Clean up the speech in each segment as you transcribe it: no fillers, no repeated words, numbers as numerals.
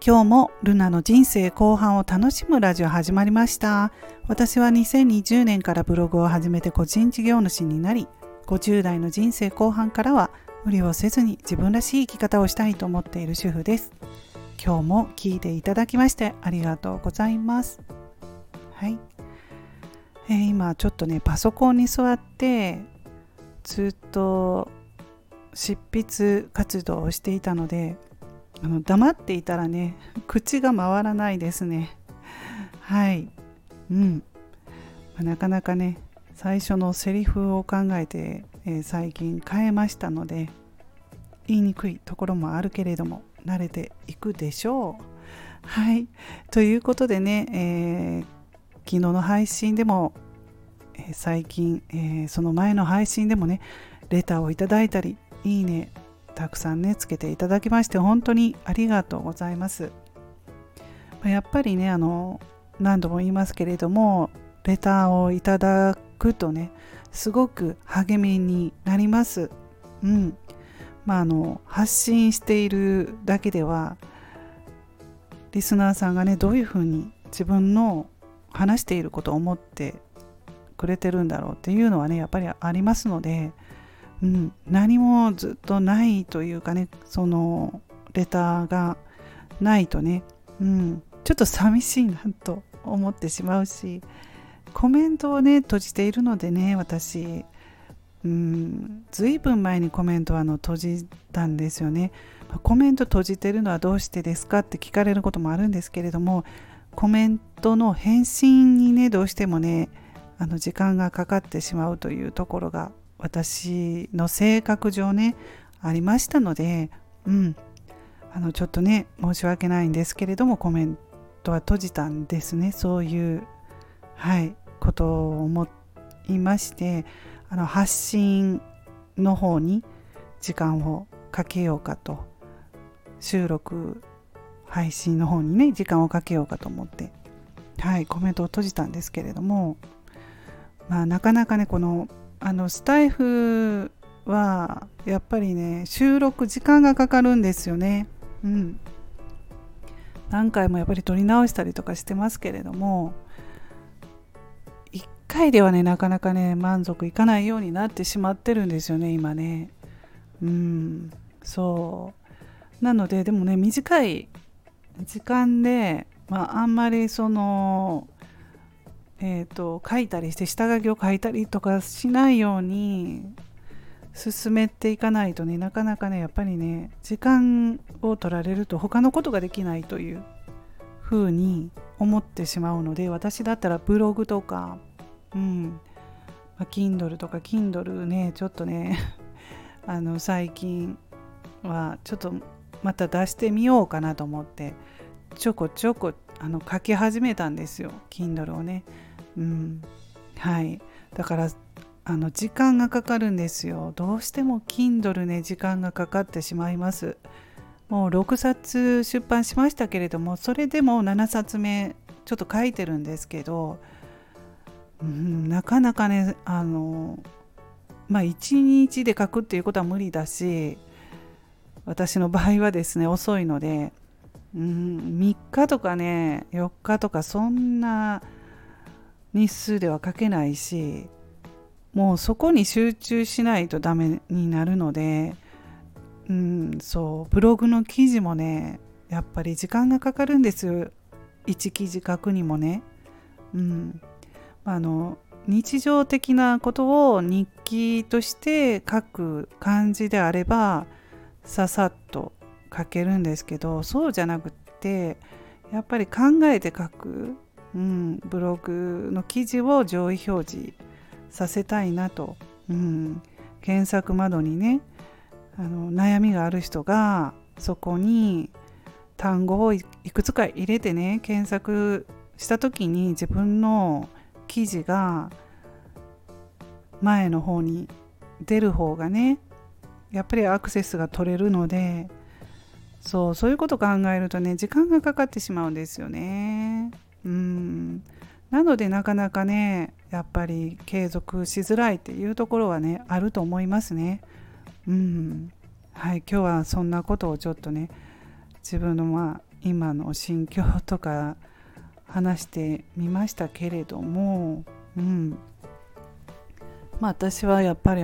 今日もルナの人生後半を楽しむラジオ始まりました。私は2020年からブログを始めて個人事業主になり、50代の人生後半からは無理をせずに自分らしい生き方をしたいと思っている主婦です。今日も聞いていただきましてありがとうございます。はい、今ちょっとねパソコンに座ってずっと執筆活動をしていたので、黙っていたらね口が回らないですね。はい、なかなかね最初のセリフを考えて、最近変えましたので、言いにくいところもあるけれども慣れていくでしょう。はい、ということでね、昨日の配信でも、最近、その前の配信でもねレターをいただいたり、いいねたくさんねつけていただきまして本当にありがとうございます。やっぱりね何度も言いますけれども、レターをいただくとねすごく励みになります。発信しているだけではリスナーさんがねどういうふうに自分の話していることを思ってくれてるんだろうっていうのはねやっぱりありますので、何もずっとないというかね、そのレターがないとね、ちょっと寂しいなと思ってしまうし、コメントをね閉じているのでね、私ずいぶん前にコメントは閉じたんですよね。コメント閉じてるのはどうしてですかって聞かれることもあるんですけれども、コメントの返信にねどうしてもね時間がかかってしまうというところが私の性格上ねありましたので、ちょっとね申し訳ないんですけれどもコメントは閉じたんですね。そういうことを思いまして、発信の方に時間をかけようかと、収録配信の方にね時間をかけようかと思ってコメントを閉じたんですけれども、なかなかねこのスタイフはやっぱりね収録時間がかかるんですよね。何回もやっぱり撮り直したりとかしてますけれども、1回ではねなかなかね満足いかないようになってしまってるんですよね今ね。そうなので、でもね短い時間で、あんまりその書いたりして下書きを書いたりとかしないように進めていかないとね、なかなかねやっぱりね時間を取られると他のことができないというふうに思ってしまうので、私だったらブログとかKindle とか Kindle ねちょっとね最近はちょっとまた出してみようかなと思ってちょこちょこ書き始めたんですよ Kindle をね。だから時間がかかるんですよ。どうしても Kindle ね時間がかかってしまいます。もう6冊出版しましたけれども、それでも7冊目ちょっと書いてるんですけど、なかなかね1日で書くっていうことは無理だし、私の場合はですね遅いので3日とかね4日とかそんな日数では書けないし、もうそこに集中しないとダメになるので、ブログの記事もねやっぱり時間がかかるんですよ。1記事書くにもね、日常的なことを日記として書く感じであればささっと書けるんですけど、そうじゃなくってやっぱり考えて書く、ブログの記事を上位表示させたいなと、検索窓にね悩みがある人がそこに単語をいくつか入れてね検索した時に自分の記事が前の方に出る方がねやっぱりアクセスが取れるので、そういうことを考えるとね時間がかかってしまうんですよね。なのでなかなかねやっぱり継続しづらいっていうところはねあると思いますね。今日はそんなことをちょっとね自分の今の心境とか話してみましたけれども、私はやっぱり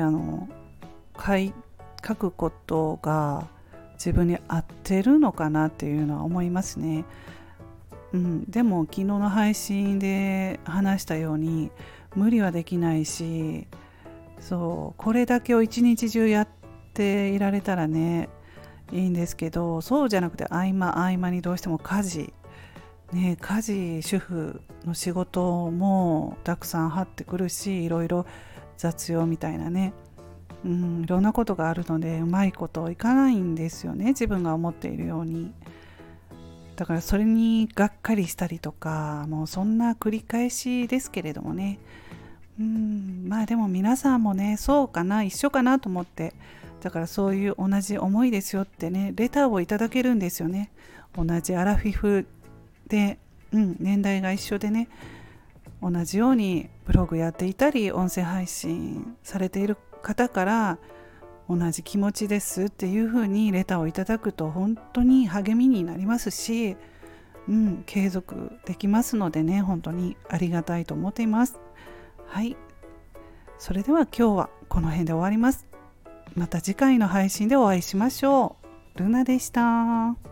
書くことが自分に合ってるのかなっていうのは思いますね。でも昨日の配信で話したように無理はできないし、これだけを一日中やっていられたらねいいんですけど、そうじゃなくて合間にどうしても家事、主婦の仕事もたくさん張ってくるし、いろいろ雑用みたいなね、いろんなことがあるのでうまいこといかないんですよね、自分が思っているように。だからそれにがっかりしたりとか、もうそんな繰り返しですけれどもね。でも皆さんもね、そうかな、一緒かなと思って、だからそういう同じ思いですよってね、レターをいただけるんですよね。同じアラフィフで、年代が一緒でね、同じようにブログやっていたり音声配信されている方から同じ気持ちですっていう風にレターをいただくと本当に励みになりますし、継続できますのでね、本当にありがたいと思っています。はい、それでは今日はこの辺で終わります。また次回の配信でお会いしましょう。ルナでした。